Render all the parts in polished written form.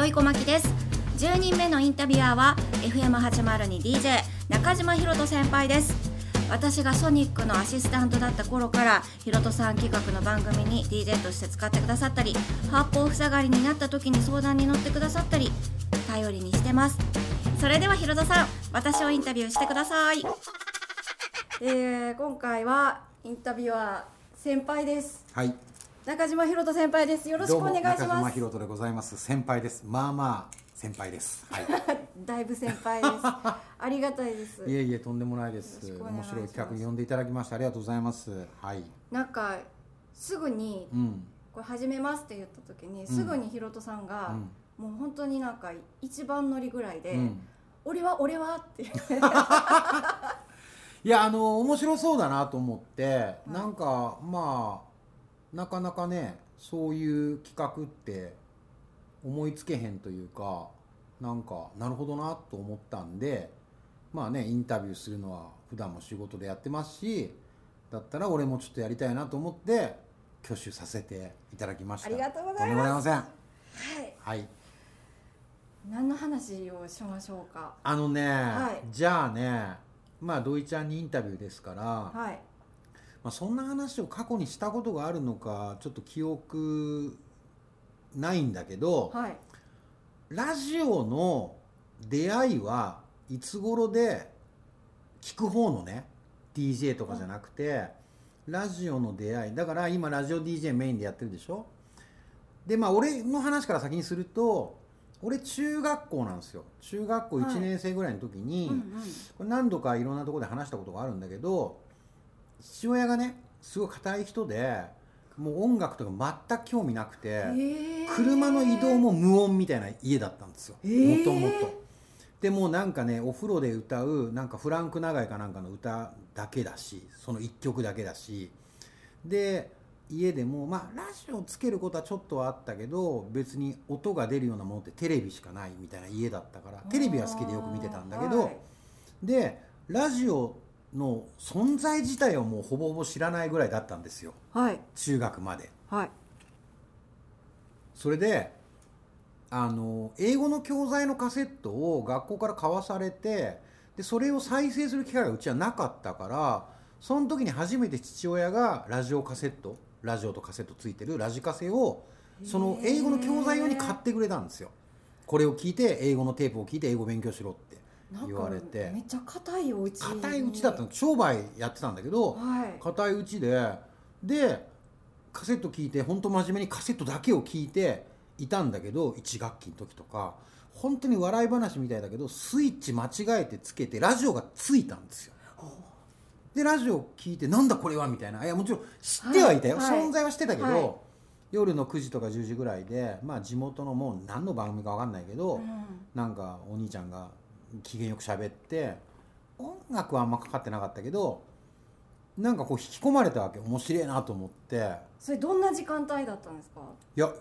土井小牧です。10人目のインタビュアーは FM802DJ 中島ひろと先輩です。私がソニックのアシスタントだった頃からひろとさん企画の番組に DJ として使ってくださったり、八方塞がりになった時に相談に乗ってくださったり頼りにしてます。それではひろとさん、私をインタビューしてください。今回はインタビュアー先輩です。 はい、 中島ひろと先輩です。よろしくお願いします。 どうも中島ひろとでございます。先輩です。まあまあ先輩です。はい、 だいぶ先輩です。ありがたいです。 いえいえ、とんでもないです。面白い企画に呼んでいただきましてありがとうございます。はい。 なんかすぐに、これ始めますって言った時に、すぐにひろとさんが、もう本当になんか一番乗りぐらいで、俺はって言っていや、面白そうだなと思って、なんかまあなかなかね、そういう企画って思いつけへんというか、なんかなるほどなと思ったんで、まあね、インタビューするのは普段も仕事でやってますし、だったら俺もちょっとやりたいなと思って挙手させていただきました。 ありがとうございます。 とんでもございません。 はい、何の話をしましょうか。 じゃあね、まあ土井ちゃんにインタビューですから、まあ、そんな話を過去にしたことがあるのかちょっと記憶ないんだけど、ラジオの出会いはいつ頃で、聞く方のね DJ とかじゃなくて、ラジオの出会いだから、今ラジオ DJ メインでやってるでしょ。でまあ俺の話から先にすると、俺中学校なんですよ。中学校1年生ぐらいの時に、これ何度かいろんなところで話したことがあるんだけど、父親がねすごい固い人で、もう音楽とか全く興味なくて、車の移動も無音みたいな家だったんですよ、もともと。でもなんかね、お風呂で歌うなんかフランク長井かなんかの歌だけだし、その1曲だけだし、で家でもまあラジオつけることはちょっとはあったけど、別に音が出るようなものってテレビしかないみたいな家だったから、テレビは好きでよく見てたんだけど、でラジオの存在自体をもうほぼほぼ知らないぐらいだったんですよ、中学まで。それで英語の教材のカセットを学校から買わされて、でそれを再生する機会がうちはなかったから、その時に初めて父親がラジオカセット、ラジオとカセットついてるラジカセをその英語の教材用に買ってくれたんですよ。これを聞いて、英語のテープを聞いて英語勉強しろって言われて。 めっちゃ硬いお家、 硬いうちだったの。商売やってたんだけど、硬いうちでカセット聞いて、本当真面目にカセットだけを聞いていたんだけど、1学期の時とか本当に笑い話みたいだけど、スイッチ間違えてつけてラジオがついたんですよ。でラジオ聞いて、なんだこれはみたいな。いやもちろん知ってはいたよ、存在はしてたけど、夜の9時とか10時ぐらいで、まあ地元のもう何の番組か分かんないけど、なんかお兄ちゃんが機嫌よく喋って、音楽はあんまかかってなかったけど、なんかこう引き込まれたわけ。面白いなと思って。 それどんな時間帯だったんですか。 いや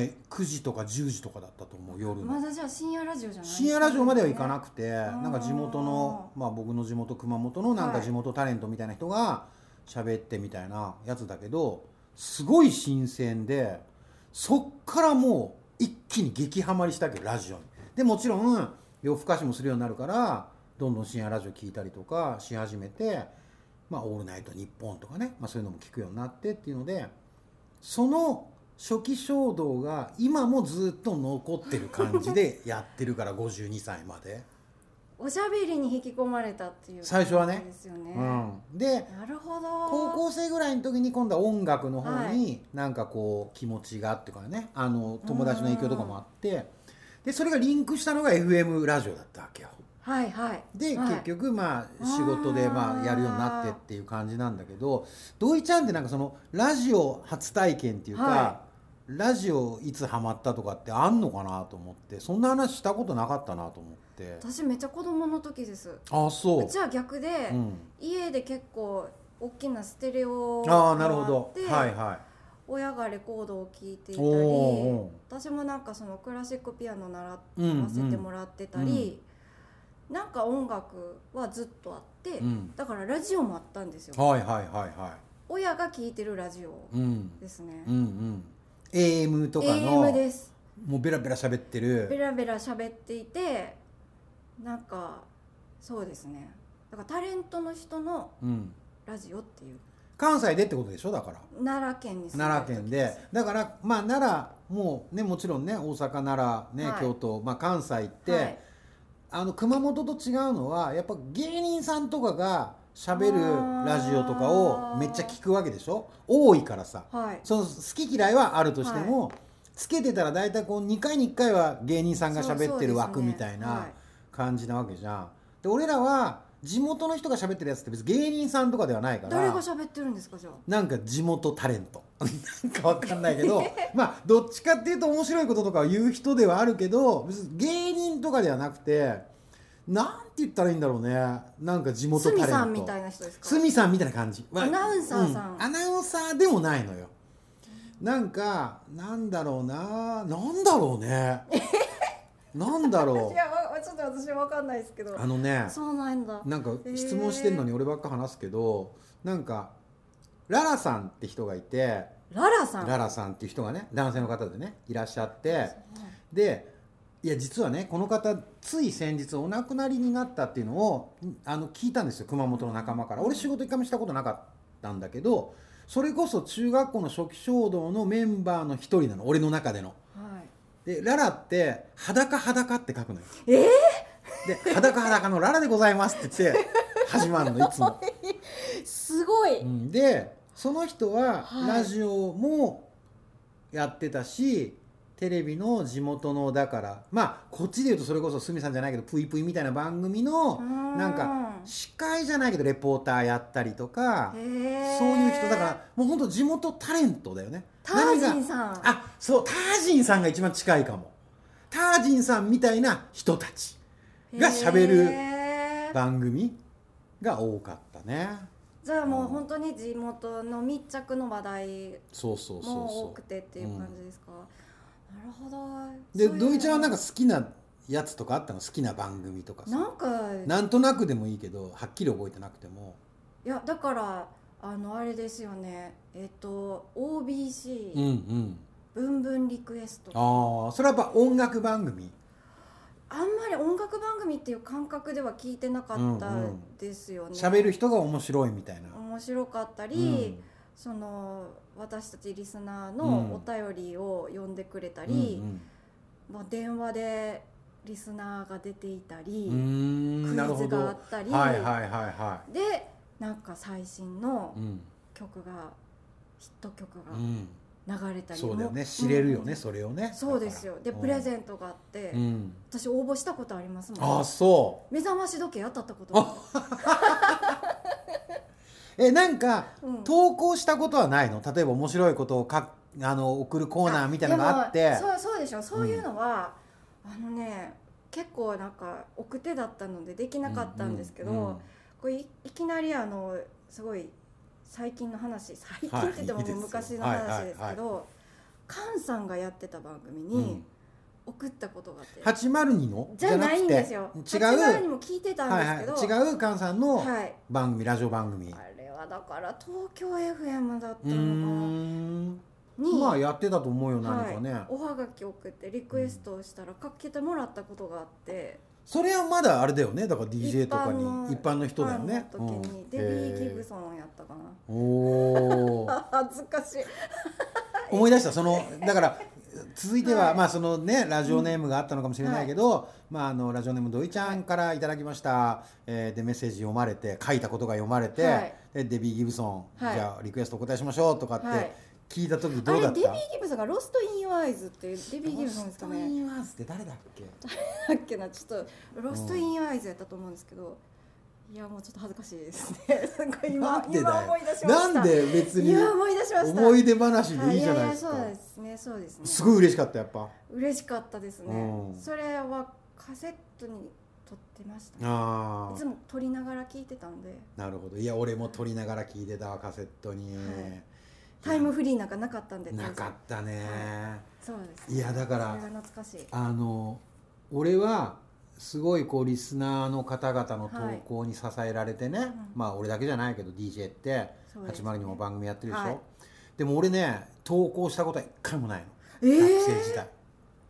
9時とか10時とかだったと思う、夜の。 まだじゃあ深夜ラジオじゃない、 深夜ラジオまでは行かなくて、なんか地元の、まあ僕の地元熊本のなんか地元タレントみたいな人が喋ってみたいなやつだけど、すごい新鮮で、そっからもう一気に激ハマりしたけど、ラジオに。でもちろん夜更かしもするようになるから、どんどん深夜ラジオ聞いたりとかし始めて、まあオールナイトニッポンとかね、まあそういうのも聞くようになってっていうので、その初期衝動が今もずっと残ってる感じでやってるから、52歳まで。 おしゃべりに引き込まれたっていう最初はね。 ですよね。 でなるほど。 高校生ぐらいの時に今度は音楽の方になんかこう気持ちがっていうかね、友達の影響とかもあって、でそれがリンクしたのが FM ラジオだったわけよ。で結局まあ仕事でまあやるようになってっていう感じなんだけど、土井ちゃんってなんかそのラジオ初体験っていうか、ラジオいつハマったとかってあんのかなと思って、そんな話したことなかったなと思って。 私めっちゃ子供の時です。 そう。 うちは逆で、家で結構大きなステレオがあって、 親がレコードを聴いていたり、私もなんかそのクラシックピアノ習わせてもらってたり、なんか音楽はずっとあって、だからラジオもあったんですよ。親が聴いてるラジオですね。 AM とかの AM です。 もうベラベラ喋ってる、 ベラベラ喋っていて、なんかそうですね、だからタレントの人のラジオっていう、 関西でってことでしょ。だから奈良県に住んでる奈良県で、だからまあ奈良もね、もちろんね、大阪、奈良ね、京都、まあ関西って、熊本と違うのはやっぱ芸人さんとかが喋るラジオとかをめっちゃ聞くわけでしょ。多いからさ、その好き嫌いはあるとしても、つけてたら大体こう2回に1回は芸人さんが喋ってる枠みたいな感じなわけじゃん。で俺らは地元の人が喋ってるやつって別に芸人さんとかではないから。 誰が喋ってるんですかじゃあ。 なんか地元タレントなんかわかんないけどまあどっちかっていうと面白いこととかを言う人ではあるけど、別に芸人とかではなくて、なんて言ったらいいんだろうね、なんか地元タレント、 鷲見さんみたいな人ですか。 鷲見さんみたいな感じ、 アナウンサーさん、 アナウンサーでもないのよ。なんかなんだろうな、なんだろうねなんだろういやちょっと私わかんないですけど、そうなんだ。 なんか質問してんのに俺ばっか話すけど、なんかララさんって人がいて、ララさんっていう人がね、男性の方でねいらっしゃって、でいや実はねこの方つい先日お亡くなりになったっていうのを聞いたんですよ、熊本の仲間から。俺仕事一回もしたことなかったんだけど、それこそ中学校の初期衝動のメンバーの一人なの、俺の中での。でララって裸って書くのよ。で裸のララでございますって言って始まるのいつも。 すごい。 でその人はラジオもやってたし、テレビの地元の、だからまあこっちでいうとそれこそ鷲見さんじゃないけどぷいぷいみたいな番組のなんか司会じゃないけどレポーターやったりとか、そういう人だからもうほんと地元タレントだよね。 タージンさん。 あ、そう、タージンさんが一番近いかも。タージンさんみたいな人たちが喋る番組が多かったね。 じゃあもう本当に地元の密着の話題も多くてっていう感じですか。なるほど。 で土井ちゃんはなんか好きなやつとかあったの？好きな番組とかさ。なんとなくでもいいけどはっきり覚えてなくても。 いやだからあれですよね、OBC、ブンブンリクエスト。 ああ、それはやっぱ音楽番組。 あんまり音楽番組っていう感覚では聞いてなかったですよね。 喋る人が面白いみたいな。 面白かったり、その私たちリスナーのお便りを読んでくれたり、まあ、電話でリスナーが出ていたり、クイズがあったり、でなんか最新の曲が、ヒット曲が流れたり、 そうだよね、知れるよね、それをね。 そうですよ。でプレゼントがあって、私応募したことありますもん。 あ、そう。 目覚まし時計当たったことある。なんか、投稿したことはないの？例えば面白いことを送るコーナーみたいなのがあって。 そうでしょ。そういうのは、結構なんか奥手だったのでできなかったんですけど、これいきなりすごい最近の話、最近って言っても昔の話ですけど、菅さんがやってた番組に送ったことがあって、 802のじゃないんですよ。802も聞いてたんですけど、 違う菅さんの番組、ラジオ番組。 あれはだから東京 FM だったのかな。 まあやってたと思うよ、何かね。 おはがき送ってリクエストをしたらかけてもらったことがあって、それはまだあれだよね、だから DJ とかに一般の人だよね。 時にデビー・ギブソンやったかな。 おー恥ずかしい思い出した。だから続いては、まあそのねラジオネームがあったのかもしれないけど、まあラジオネーム土井ちゃんからいただきました。でメッセージ読まれて、書いたことが読まれて、でデビー・ギブソン、じゃあリクエストお答えしましょうとかって聞いた時どうだった？あれデビー・ギブソンがロスト・イン・ユア・アイズっていうデビー・ギブソンですかね。 ロスト・イン・ユア・アイズって誰だっけ？ 誰だっけな、ちょっとロスト・イン・ユア・アイズやったと思うんですけど、いやもうちょっと恥ずかしいですね。今思い出しました。 なんで別に思い出話でいいじゃないですか。 そうですね。 すごい嬉しかった。やっぱ嬉しかったですね。それはカセットに撮ってましたね。いつも撮りながら聞いてたんで。 なるほど。いや俺も撮りながら聞いてたわ、カセットに。 タイムフリーなんかなかったんで。 なかったね。 そうですね。 いやだからそれが懐かしい。 俺はすごいこうリスナーの方々の投稿に支えられてね、まあ俺だけじゃないけど DJ って802も番組やってるでしょ。でも俺ね投稿したことは一回もないの、学生時代。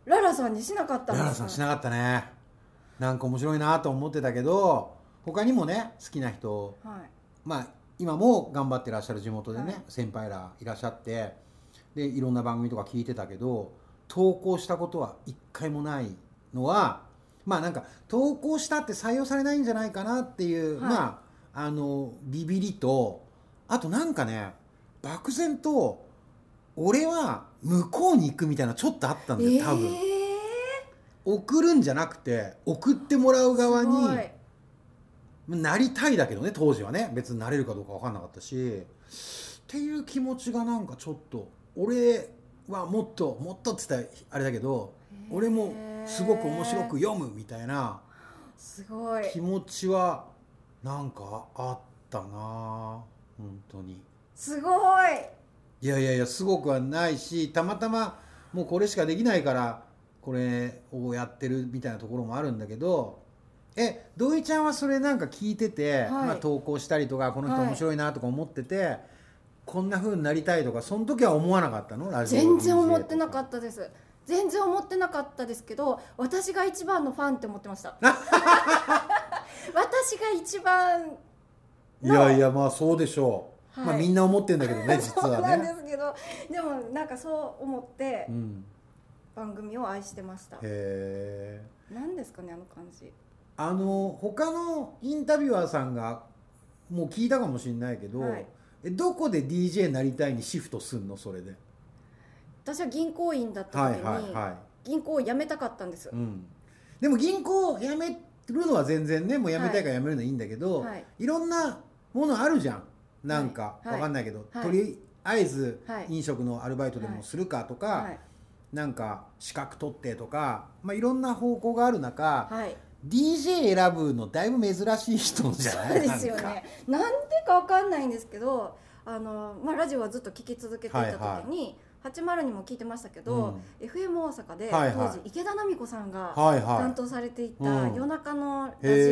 ララさんにしなかったんですか？ ララさんしなかったね。なんか面白いなと思ってたけど、他にもね好きな人、 はい、 まあ今も頑張ってらっしゃる地元でね、 はい、 先輩らいらっしゃって、でいろんな番組とか聞いてたけど、投稿したことは一回もないのは、まあなんか投稿したって採用されないんじゃないかなっていう、 はい、 まあビビりと、あとなんかね漠然と俺は向こうに行くみたいなちょっとあったんだよ多分、送るんじゃなくて送ってもらう側になりたいだけどね、当時はね別になれるかどうか分かんなかったしっていう気持ちがなんかちょっと、俺はもっとっつったらあれだけど、俺もすごく面白く読むみたいなすごい気持ちはなんかあったな本当に。 すごい。 いやすごくはないし、たまたまもうこれしかできないからこれをやってるみたいなところもあるんだけど、土井ちゃんはそれなんか聞いてて、 はい、 まあ、投稿したりとかこの人面白いなとか思ってて、はい、こんな風になりたいとかその時は思わなかったの？ラジオ全然思ってなかったです。全然思ってなかったですけど、私が一番のファンって思ってました私が一番の、 いやまあそうでしょう、はい、まあみんな思ってんだけどね実はね。 そうなんですけど、でもなんかそう思って、番組を愛してました。 へー、何ですかねあの感じ。 他のインタビュアーさんがもう聞いたかもしれないけど、はい、どこで DJ になりたいにシフトすんの？それで。 私は銀行員だった時に、銀行を辞めたかったんです、 でも銀行を辞めるのは全然ね、もう辞めたいから辞めるのはいいんだけど、いろんなものあるじゃん、なんか分かんないけど、とりあえず飲食のアルバイトでもするかとか、なんか資格取ってとか、まあ、いろんな方向がある中、DJ 選ぶのだいぶ珍しい人じゃない？ そうですよね。なんでか分かんないんですけど、まあ、ラジオはずっと聞き続けていた時に、80にも聞いてましたけど、FM 大阪で当時池田奈美子さんが担当されていた夜中のラジオがあって、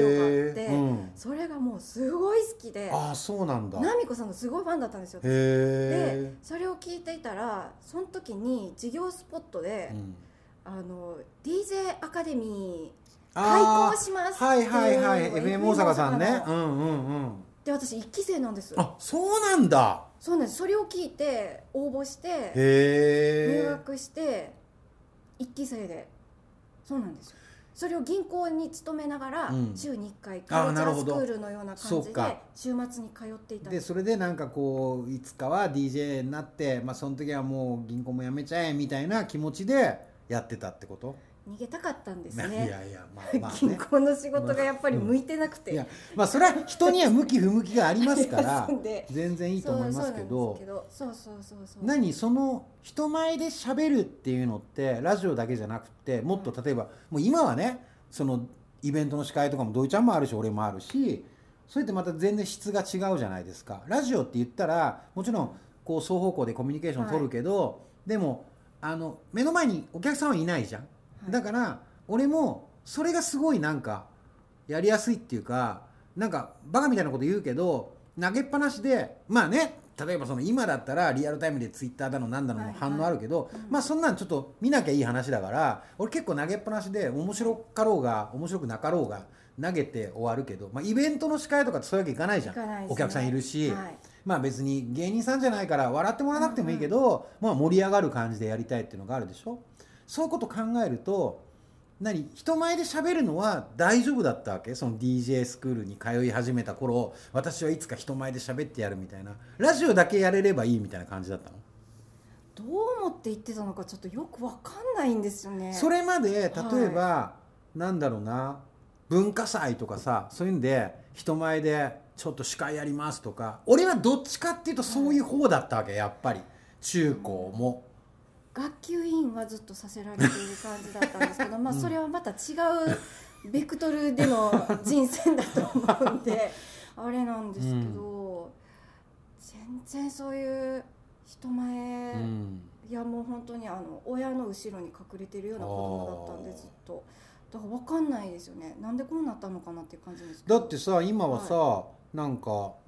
それがもうすごい好きで、 そうなんだ、 奈美子さんのすごいファンだったんですよ。でそれを聞いていたら、その時に事業スポットで、DJ アカデミー開校しますっていう、 FM 大阪さんね、 で私1期生なんです。 そうなんだ。 そうなんです。それを聞いて応募して入学して1期生で、そうなんですよ。それを銀行に勤めながら、週に1回カルチャースクールのような感じで週末に通っていたんです。 でそれでなんかこういつかは DJ になって、まあ、その時はもう銀行も辞めちゃえみたいな気持ちでやってたってこと？ 逃げたかったんですね。 まあね、 銀行の仕事がやっぱり向いてなくて、 まあそれは人には向き不向きがありますから全然いいと思いますけど、何その人前で喋るっていうのってラジオだけじゃなくて、もっと例えばもう今はね、そのイベントの司会とかも土井ちゃんもあるし俺もあるし、それってまた全然質が違うじゃないですか。ラジオって言ったらもちろんこう双方向でコミュニケーション取るけど、でも目の前にお客さんはいないじゃん。だから俺もそれがすごいなんかやりやすいっていうか、なんかバカみたいなこと言うけど投げっぱなしで、まあね、例えばその今だったらリアルタイムでツイッターだのなんだのも反応あるけど、まあそんなんちょっと見なきゃいい話だから、俺結構投げっぱなしで面白かろうが面白くなかろうが投げて終わるけど、まあ、イベントの司会とかってそういうわけいかないじゃん、お客さんいるし、まあ別に芸人さんじゃないから笑ってもらわなくてもいいけど、まあ盛り上がる感じでやりたいっていうのがあるでしょ。そういうこと考えると、人前で喋るのは大丈夫だったわけ？その DJ スクールに通い始めた頃、私はいつか人前で喋ってやるみたいな、ラジオだけやれればいいみたいな感じだったの？ どう思って言ってたのかちょっとよく分かんないんですよね。 それまで例えば、なんだろうな、文化祭とかさ、そういうんで人前でちょっと司会やりますとか、俺はどっちかっていうとそういう方だったわけ、やっぱり中高も。 学級委員はずっとさせられている感じだったんですけど、まあそれはまた違うベクトルでの人生だと思うんであれなんですけど、全然そういう人前、いやもう本当に親の後ろに隠れてるような子供だったんで、ずっとだから分かんないですよね。なんでこうなったのかなっていう感じですけど。 だってさ今はさ、なんか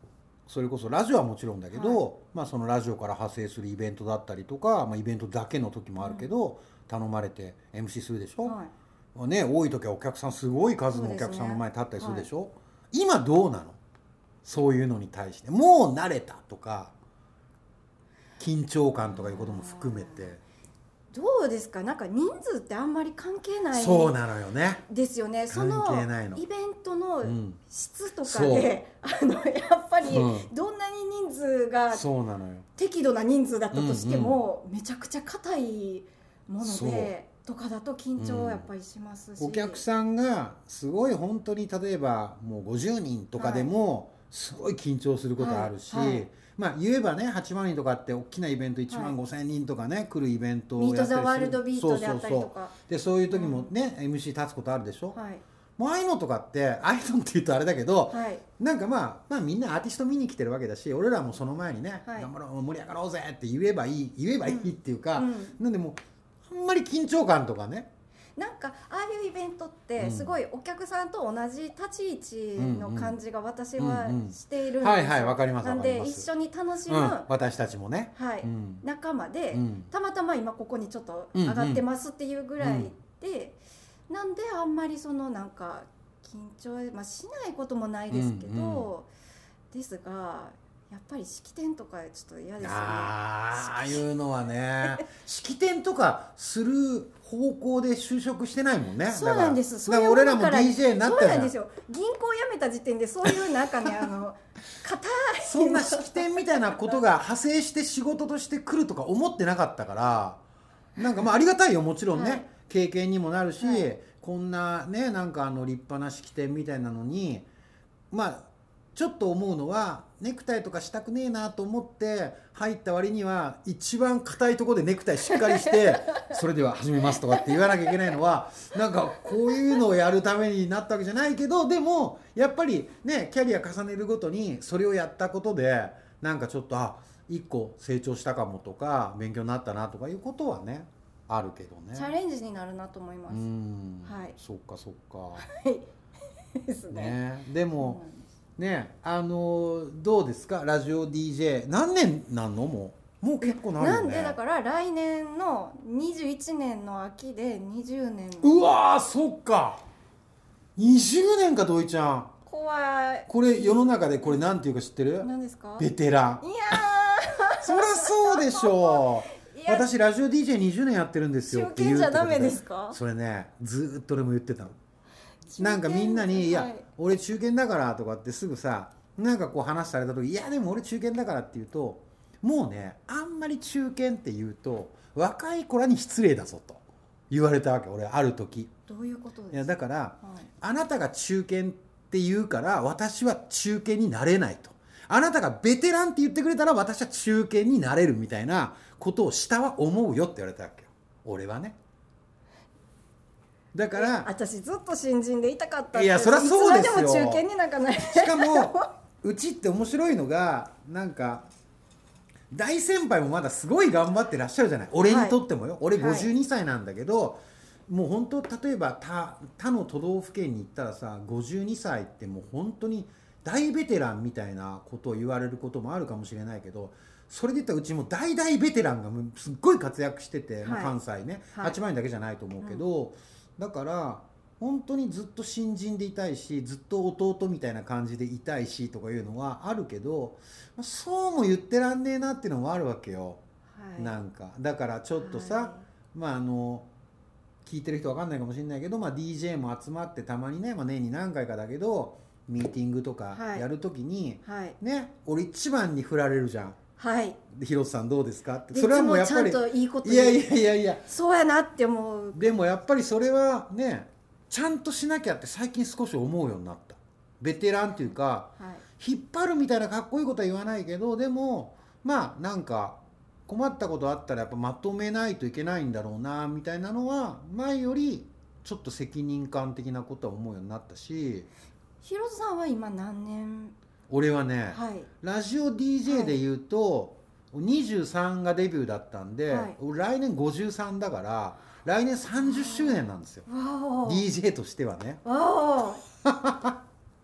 それこそラジオはもちろんだけど、そのラジオから派生するイベントだったりとか、イベントだけの時もあるけど、頼まれて MC するでしょ、多い時はお客さんすごい数のお客さんの前に立ったりするでしょ、今どうなの？そういうのに対してもう慣れたとか緊張感とかいうことも含めてどうですか？なんか人数ってあんまり関係ないそうなのよねですよね。そのイベントの質とかで、やっぱりどんなに人数が適度な人数だったとしてもめちゃくちゃ硬いものでとかだと緊張やっぱりしますし、 お客さんがすごい本当に例えばもう50人とかでもすごい緊張することあるし、言えばね8万人とかって大きなイベント1万5,000人とかね来るイベントをやったりする。 ミート・ザ・ワールド・ビートであったりとかでそういう時もね、MC 立つことあるでしょ、もうああいうのとかってああいうのって言うとあれだけど、なんかみんなアーティスト見に来てるわけだし俺らもその前にね、頑張ろう盛り上がろうぜって言えばいいっていうか、なんでもあんまり緊張感とかねなんかああいうイベントってすごいお客さんと同じ立ち位置の感じが私はしているんですよ。 わかります。 なんで一緒に楽しむ、 私たちもね、 仲間で、たまたま今ここにちょっと上がってますっていうぐらいで、なんであんまりそのなんか緊張、しないこともないですけど、ですがやっぱり式典とかちょっと嫌ですよね。 ああいうのはね式典とかする方向で就職してないもんね。 そうなんです。 だから俺らも DJ になったじゃん。 そうなんですよ。銀行辞めた時点でそういうなんかね硬いそんな式典みたいなことが派生して仕事として来るとか思ってなかったからなんかありがたいよもちろんね、経験にもなるし、こんなねなんか立派な式典みたいなのにちょっと思うのはネクタイとかしたくねえなと思って入った割には一番硬いところでネクタイしっかりしてそれでは始めますとかって言わなきゃいけないのはなんかこういうのをやるためになったわけじゃないけどでもやっぱりねキャリア重ねるごとにそれをやったことでなんかちょっと一個成長したかもとか勉強になったなとかいうことはねあるけどね。 チャレンジになるなと思います。 そっかそっか。 はいですね。 でもねどうですかラジオ DJ 何年なんのもう結構なるよね。 なんでだから来年の21年の秋で20年。 うわーそっか20年か土井ちゃん。 怖い。 これ世の中でこれなんていうか知ってる？ 何ですか？ ベテラン。いやそりゃそうでしょう。私ラジオ DJ20 年やってるんですよって言うってことで。 中堅じゃダメですか？ それねずっと俺も言ってたの。なんかみんなに「いや俺中堅だから」とかってすぐさなんかこう話された時「いやでも俺中堅だから」って言うともうねあんまり中堅って言うと若い子らに失礼だぞと言われたわけ俺ある時。 どういうことですか？ いやだから、あなたが中堅って言うから私は中堅になれないと。あなたがベテランって言ってくれたら私は中堅になれるみたいなことを下は思うよって言われたわけよ俺はね。だから私ずっと新人でいたかったって。 いやそりゃそうですよ。 いつまでも中堅になんかない。 しかもうちって面白いのがなんか大先輩もまだすごい頑張ってらっしゃるじゃない俺にとってもよ、俺52歳なんだけど、もう本当例えば他の都道府県に行ったらさ52歳ってもう本当に大ベテランみたいなことを言われることもあるかもしれないけどそれで言ったらうちも大ベテランがすっごい活躍してて、関西ね、8万円だけじゃないと思うけど、だから本当にずっと新人でいたいしずっと弟みたいな感じでいたいしとかいうのはあるけどそうも言ってらんねえなっていうのもあるわけよ、なんかだからちょっとさ、聞いてる人分かんないかもしれないけど、DJ も集まってたまにね、年に何回かだけどミーティングとかやるときに、ね俺一番に振られるじゃん。で広瀬さんどうですかって。 それはもうやっぱりちゃんといいこと言う。いやそうやなって思う。 でもやっぱりそれはねちゃんとしなきゃって最近少し思うようになった。ベテランっていうか、引っ張るみたいなかっこいいことは言わないけどでもなんか困ったことあったらやっぱまとめないといけないんだろうなみたいなのは前よりちょっと責任感的なことは思うようになったし。 広瀬さんは今何年？ 俺はね、ラジオ DJ で言うと、23がデビューだったんで、俺来年53だから来年30周年なんですよ DJ としてはね。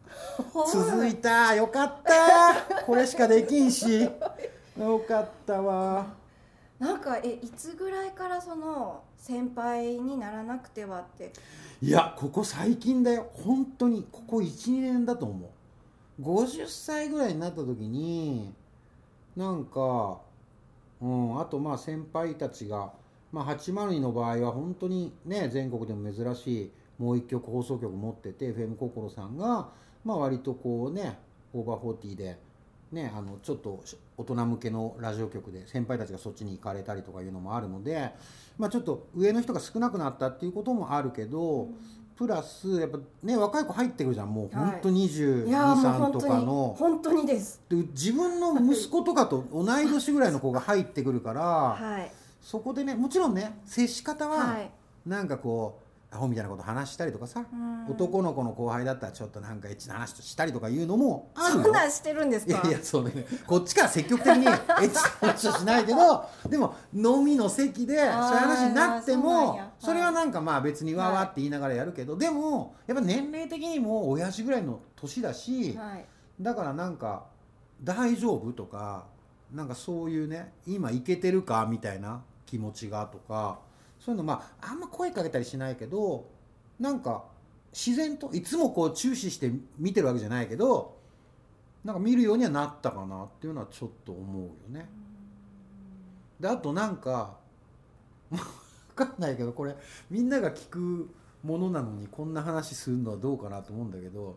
続いた、よかったこれしかできんし、よかったわ。 なんかいつぐらいからその先輩にならなくてはって。 いや、ここ最近だよ、本当にここ 1,2 年だと思う。50歳ぐらいになった時になんか、あとまあ先輩たちが、802の場合は本当にね、全国でも珍しいもう一曲放送局持ってて、 FM 心さんが割とこうね、オーバー40でね、ちょっと大人向けのラジオ局で先輩たちがそっちに行かれたりとかいうのもあるので、ちょっと上の人が少なくなったっていうこともあるけど、プラスやっぱね、若い子入ってくるじゃん、もう本当22、3とかの。 本当にです。 で自分の息子とかと同い年ぐらいの子が入ってくるから、そこでね、もちろんね、接し方はなんかこうアホみたいなこと話したりとかさ、男の子の後輩だったらちょっとなんかエッチな話したりとかいうのもあるよ。 そんなんしてるんですか？ いやそうね、こっちから積極的にエッチな話はしないけど、でも飲みの席でそういう話になっても、それはなんか別にわわって言いながらやるけど、でもやっぱ年齢的にも親父ぐらいの年だし、だからなんか大丈夫とか、なんかそういうね、今いけてるかみたいな気持ちがとか、そういうのあんま声かけたりしないけど、なんか自然といつもこう注視して見てるわけじゃないけど、なんか見るようにはなったかなっていうのはちょっと思うよね。であとなんか分かんないけど、これみんなが聞くものなのにこんな話するのはどうかなと思うんだけど、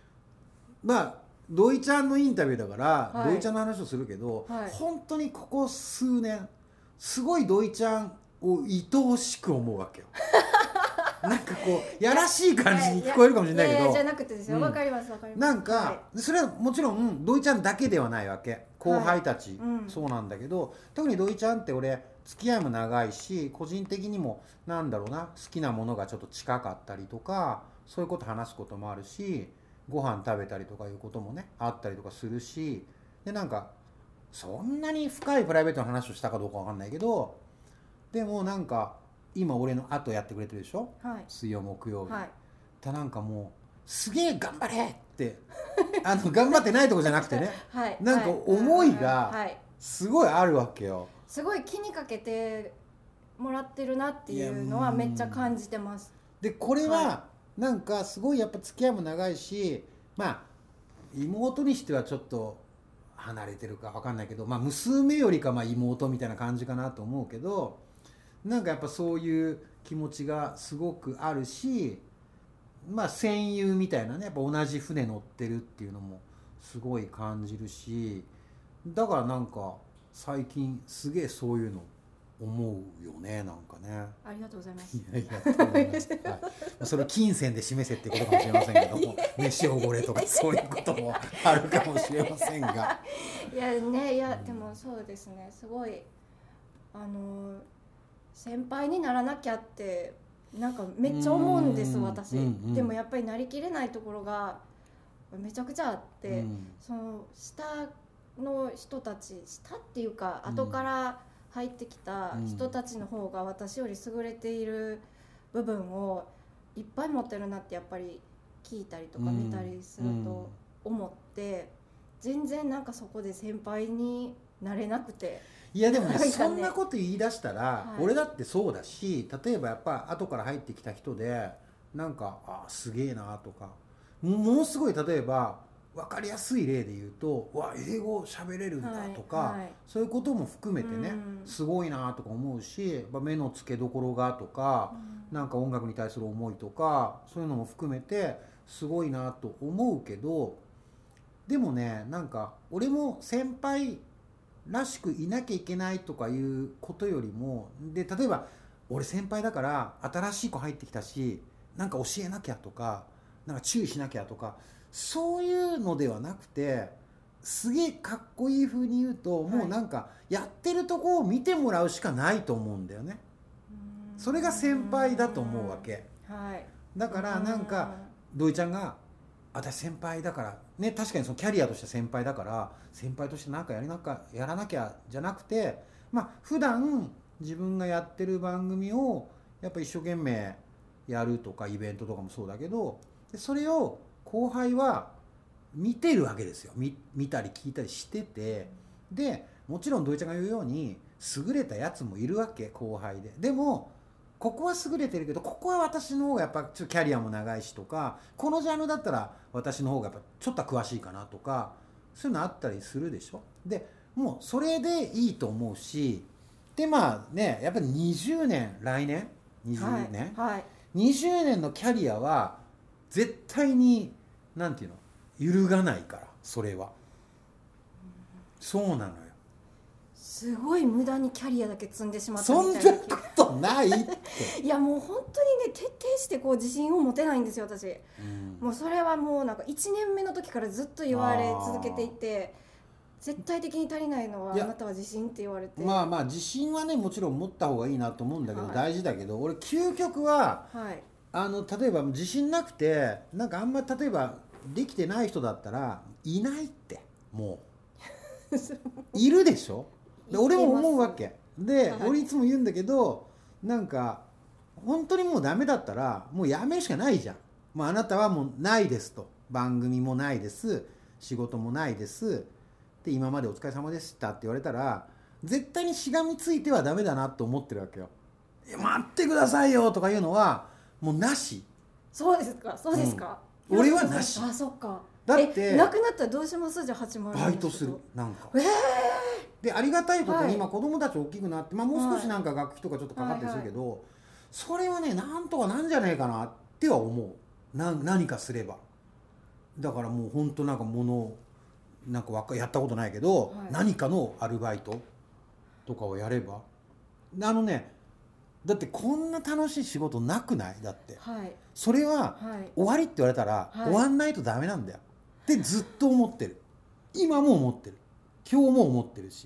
土井ちゃんのインタビューだから、土井ちゃんの話をするけど、本当にここ数年すごい土井ちゃんを愛おしく思うわけよ。なんかこうやらしい感じに聞こえるかもしれないけど、 じゃなくてですよ、わかりますわかります。 なんか、それはもちろん土井ちゃんだけではないわけ、後輩たち、そうなんだけど、特に土井ちゃんって俺付き合いも長いし、個人的にもなんだろうな、好きなものがちょっと近かったりとか、そういうこと話すこともあるし、ご飯食べたりとかいうこともねあったりとかするし、でなんかそんなに深いプライベートの話をしたかどうかわかんないけど、でもなんか今俺の後やってくれてるでしょ、水曜木曜日、なんかもうすげえ頑張れって頑張ってないとこじゃなくてね、なんか思いがすごいあるわけよ。 すごい気にかけてもらってるなっていうのはめっちゃ感じてます。 でこれはなんかすごいやっぱ付き合いも長いし、妹にしてはちょっと離れてるか分かんないけど、娘よりか妹みたいな感じかなと思うけど、なんかやっぱそういう気持ちがすごくあるし、戦友みたいなね、やっぱ同じ船乗ってるっていうのもすごい感じるし、だからなんか最近すげえそういうの思うよね、なんかね。 ありがとうございます。 いやそれを金銭で示せってことかもしれませんけども、飯おごれとかそういうこともあるかもしれませんがいやね、いやでもそうですね、すごい先輩にならなきゃってなんかめっちゃ思うんです私。でもやっぱりなりきれないところがめちゃくちゃあって、その下の人たち、下っていうか後から入ってきた人たちの方が私より優れている部分をいっぱい持ってるなってやっぱり聞いたりとか見たりすると思って、全然なんかそこで先輩になれなくて。 いやでもね、そんなこと言い出したら、俺だってそうだし、例えばやっぱ後から入ってきた人でなんかすげえなとか、ものすごい例えば分かりやすい例で言うと、英語喋れるんだとか、そういうことも含めてね、すごいなとか思うし、目の付けどころがとか、なんか音楽に対する思いとか、そういうのも含めてすごいなと思うけど、でもね、なんか俺も先輩らしくいなきゃいけないとかいうことよりも、で例えば俺先輩だから新しい子入ってきたし、なんか教えなきゃとか、なんか注意しなきゃとか、そういうのではなくて、すげえかっこいい風に言うと、もうなんかやってるとこを見てもらうしかないと思うんだよね。それが先輩だと思うわけ。だからなんか土井ちゃんが私先輩だからね、確かにそのキャリアとして先輩だから先輩として何かやらなきゃじゃなくて、普段自分がやってる番組をやっぱ一生懸命やるとか、イベントとかもそうだけど、それを後輩は見てるわけですよ。見たり聞いたりしてて、でもちろん土井ちゃんが言うように優れたやつもいるわけ、後輩で。でもここは優れてるけど、ここは私の方がやっぱちょっとキャリアも長いしとか、このジャンルだったら私の方がやっぱちょっとは詳しいかなとか、そういうのあったりするでしょ。でもうそれでいいと思うし、でまあね、やっぱり20年、来年20年、 はいはい、 20年のキャリアは絶対になんていうの、揺るがないから。それはそうなのよ。 すごい無駄にキャリアだけ積んでしまったそんなことないっていやもう本当にね、徹底してこう自信を持てないんですよ私、もうそれはもうなんか1年目の時からずっと言われ続けていて、絶対的に足りないのはあなたは自信って言われて、 まあまあ自信はねもちろん持った方がいいなと思うんだけど、大事だけど、俺究極は、例えば自信なくてなんかあんま例えばできてない人だったらいないって、もういるでしょ。で俺も思うわけで、俺いつも言うんだけど、なんか本当にもうダメだったらもうやめるしかないじゃん。もうあなたはもうないですと、番組もないです、仕事もないですで、今までお疲れ様でしたって言われたら絶対にしがみついてはダメだなと思ってるわけよ。待ってくださいよとかいうのはもうなし。 そうですか、そうですか、 俺はなし。 あ、そっか。 だってなくなったらどうします？じゃあ80 バイトする。なんかでありがたいことに今子供たち大きくなって、もう少しなんか学費とかちょっとかかったりするけど、それはねなんとかなんじゃないかなっては思う。何かすれば。だからもうほんとなんかなんかやったことないけど、何かのアルバイトとかをやれば、だってこんな楽しい仕事なくない？だって、それは、終わりって言われたら、終わんないとダメなんだよってずっと思ってる。今も思ってる、今日も思ってるし、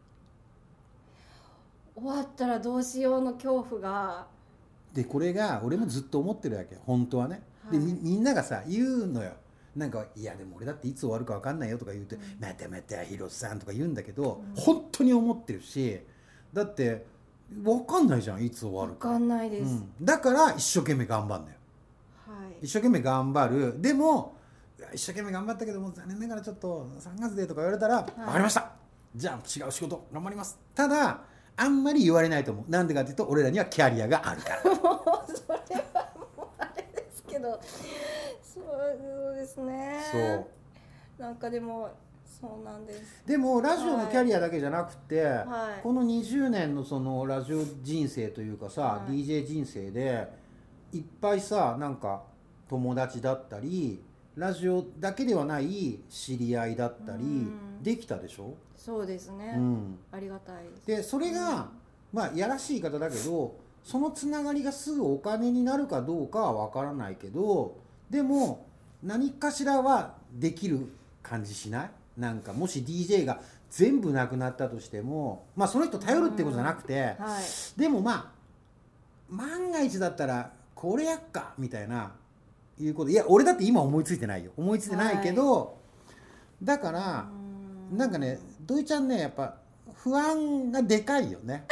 終わったらどうしようの恐怖が。 でこれが俺もずっと思ってるわけ本当はね。でみんながさ言うのよ、なんかいやでも俺だっていつ終わるか分かんないよとか言うて、またまた広瀬さんとか言うんだけど、本当に思ってるし、だって分かんないじゃん、いつ終わるか。 分かんないです、 だから一生懸命頑張るんだよ、一生懸命頑張る。でも一生懸命頑張ったけども残念ながらちょっと3月でとか言われたら、分かりました、じゃあ違う仕事頑張ります。ただあんまり言われないと思う。なんでかっていうと俺らにはキャリアがあるからもうそれはもうあれですけど、そうですね。なんかでもそうなんです。 でもラジオのキャリアだけじゃなくて、この20年のそのラジオ人生というかさ、DJ 人生でいっぱいさ、なんか友達だったりラジオだけではない知り合いだったりできたでしょ。 そうですね、ありがたいです。 でそれが、まあやらしい言い方だけど、そのつながりがすぐお金になるかどうかは分からないけど、でも何かしらはできる感じしない？なんかもし DJ が全部なくなったとしても、まあその人頼るってことじゃなくて、でもまあ万が一だったらこれやっかみたいないうこと。いや俺だって今思いついてないよ、思いついてないけど、だからなんかね、土井ちゃんねやっぱ不安がでかいよね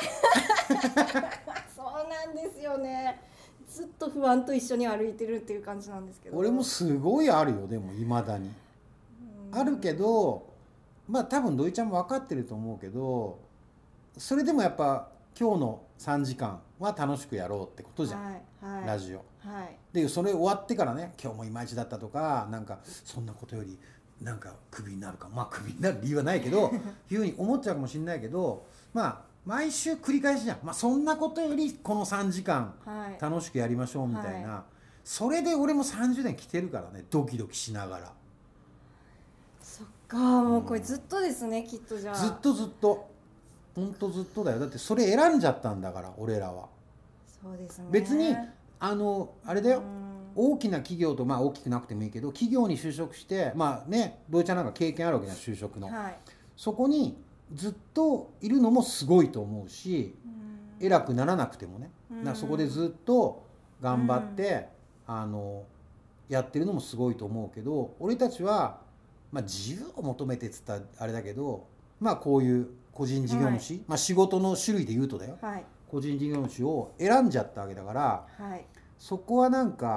そうなんですよね。ずっと不安と一緒に歩いてるっていう感じなんですけど。 俺もすごいあるよ。でもいまだにあるけど、まあ多分土井ちゃんも分かってると思うけど、それでもやっぱ今日の3時間は楽しくやろうってことじゃん、ラジオ、でそれ終わってからね、今日もいまいちだったとか、なんかそんなことよりなんかクビになるか、まあクビになる理由はないけどいうふうに思っちゃうかもしれないけど、まあ毎週繰り返しじゃん。まあそんなことよりこの3時間楽しくやりましょうみたいな、それで俺も30年来てるからね、ドキドキしながら。 そっか、もうこれずっとですね、きっと。じゃあずっとほんとずっとだよ。だってそれ選んじゃったんだから俺らは。 そうですね。 別にあれだよ、大きな企業と、まあ大きくなくてもいいけど企業に就職して、まあね、土井ちゃんなんか経験あるわけじゃん、就職の、そこにずっといるのもすごいと思うし、偉くならなくてもね、そこでずっと頑張って、やってるのもすごいと思うけど、俺たちは、まあ、自由を求めてっつったらあれだけど、まあこういう個人事業主、まあ仕事の種類で言うとだよ、個人事業主を選んじゃったわけだから、そこはなんか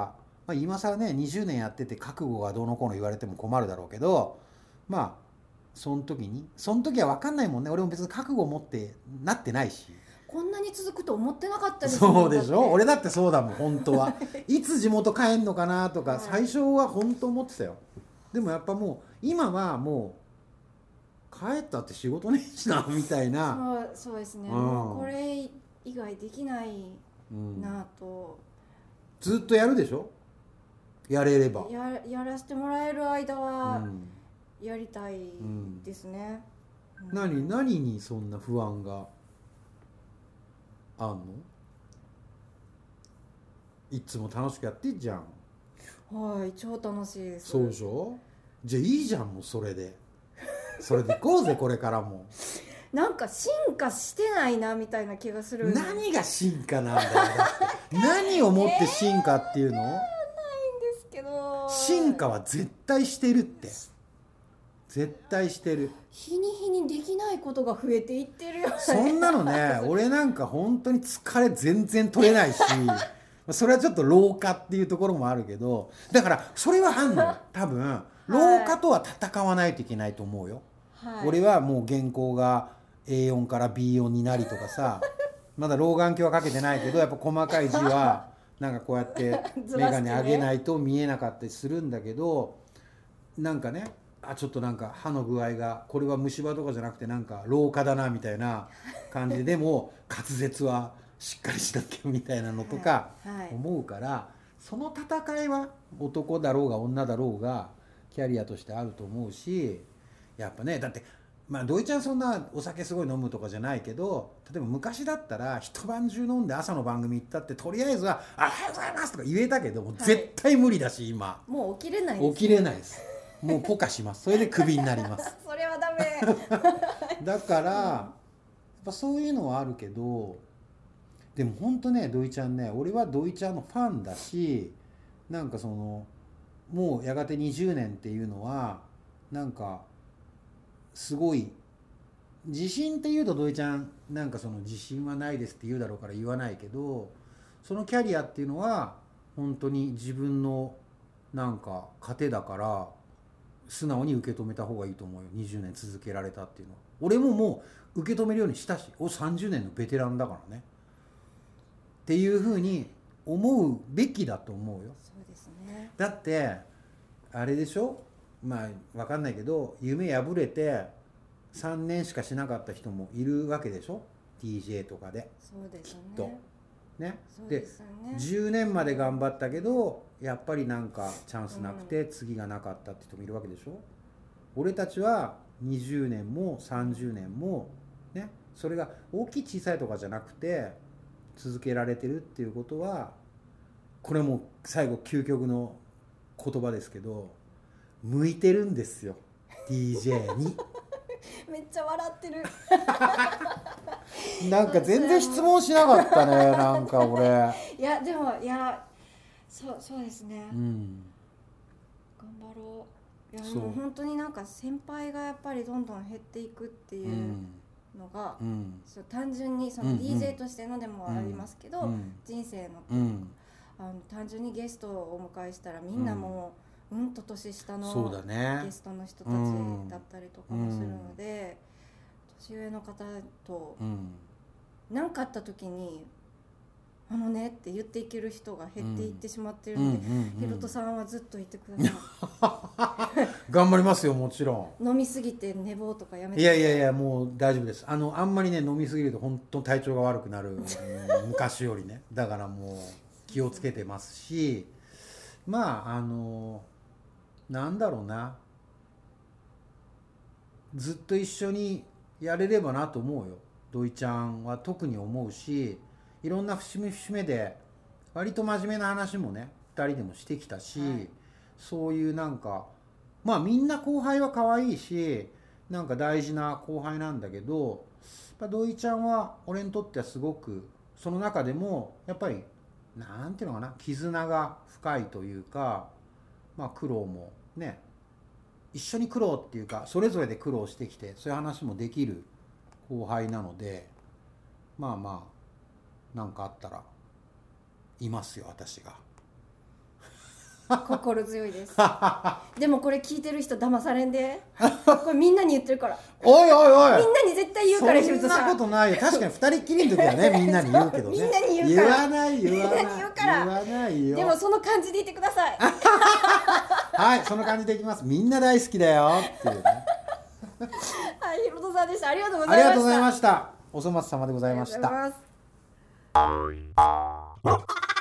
まあ、今更ね20年やってて覚悟がどうのこうの言われても困るだろうけど、まあその時は分かんないもんね。俺も別に覚悟持ってなってないし、 こんなに続くと思ってなかったですもん。そうでしょ。俺だってそうだもん本当はいつ地元帰んのかなとか、最初は本当思ってたよ。でもやっぱもう今はもう帰ったって仕事ねえしなみたいな。 そうですね、もうこれ以外できないなと、 ずっとやるでしょ。やれればやらせてもらえる間はやりたいですね。 何にそんな不安があんの？いつも楽しくやってんじゃん。 はい、超楽しいです。 そうでしょ。じゃあいいじゃん、もうそれで行こうぜこれからも。 なんか進化してないなみたいな気がする。 何が進化なんだよ。だって何をもって進化っていうの？ ないんですけど、 進化は絶対してるって。絶対してる。 日に日にできないことが増えていってるよね。 そんなのね俺なんか本当に疲れ全然取れないしそれはちょっと老化っていうところもあるけど、だからそれはあんのよ多分。老化とは戦わないといけないと思うよ、はい、俺はもう原稿が A4 から B4 になりとかさまだ老眼鏡はかけてないけどやっぱ細かい字はなんかこうやって眼鏡上げないと見えなかったりするんだけど、なんかねちょっとなんか歯の具合がこれは虫歯とかじゃなくてなんか老化だなみたいな感じででも滑舌はしっかりしなきゃみたいなのとか思うから、その戦いは男だろうが女だろうがキャリアとしてあると思うし、やっぱねだってまあ土井ちゃんそんなお酒すごい飲むとかじゃないけど、例えば昔だったら一晩中飲んで朝の番組行ったってとりあえずは「おはようございます」とか言えたけどもう絶対無理だし今もう起きれないです、ね、 起きれないです。もうポカします。それでクビになりますそれはダメだからやっぱそういうのはあるけど、でもほんとね土井ちゃんね、俺は土井ちゃんのファンだし、なんかそのもうやがて20年っていうのはなんかすごい自信っていうと土井ちゃんなんかその自信はないですって言うだろうから言わないけど、そのキャリアっていうのは本当に自分のなんか糧だから素直に受け止めた方がいいと思うよ。20年続けられたっていうのは俺ももう受け止めるようにしたし、お30年のベテランだからねっていうふうに思うべきだと思うよ。 そうですね。 だってあれでしょ、まあ分かんないけど夢破れて3年しかしなかった人もいるわけでしょ DJ とかで。 そうですね、 きっとね。 で 10年まで頑張ったけどやっぱりなんかチャンスなくて次がなかったって人もいるわけでしょ。俺たちは20年も30年もね、それが大きい小さいとかじゃなくて続けられてるっていうことは、これも最後究極の言葉ですけど向いてるんですよ DJ にめっちゃ笑ってるなんか全然質問しなかったねなんか俺いやでもそうですね、 うん、 頑張ろう。いやもう本当になんか先輩がやっぱりどんどん減っていくっていうのが、そう単純にその DJ としてのでもありますけど、人生の、単純にゲストをお迎えしたらみんなもうと年下のゲストの人たちだったりとかもするので、年上の方と何かあった時にあのねって言っていける人が減っていってしまってるので、ひろとさんはずっといてください頑張りますよもちろん。飲みすぎて寝坊とかやめて。 いやもう大丈夫です。あんまりね飲みすぎると本当体調が悪くなる昔よりね。だからもう気をつけてますし、まあなんだろうな、ずっと一緒にやれればなと思うよ。土井ちゃんは特に思うし、いろんな節目節目で割と真面目な話もね2人でもしてきたし、そういうなんかまあみんな後輩は可愛いしなんか大事な後輩なんだけど、やっぱ土井ちゃんは俺にとってはすごくその中でもやっぱりなんていうのかな、絆が深いというか、まあ苦労もね一緒に苦労っていうかそれぞれで苦労してきてそういう話もできる後輩なので、まあなんかあったらいますよ私が心強いですでもこれ聞いてる人騙されんでこれみんなに言ってるからおいおいおいみんなに絶対言うからヒロトさん。 そんなことないよ。確かに二人きりの時はねみんなに言うけどね。 みんなに言うから言わないみんなに言うから言わないよ。 でもその感じでいてくださいはいその感じでいきます。みんな大好きだよっていうねはいヒロトさんでした。ありがとうございました。 ありがとうございました。お粗末様でございました。 ありがとうございます。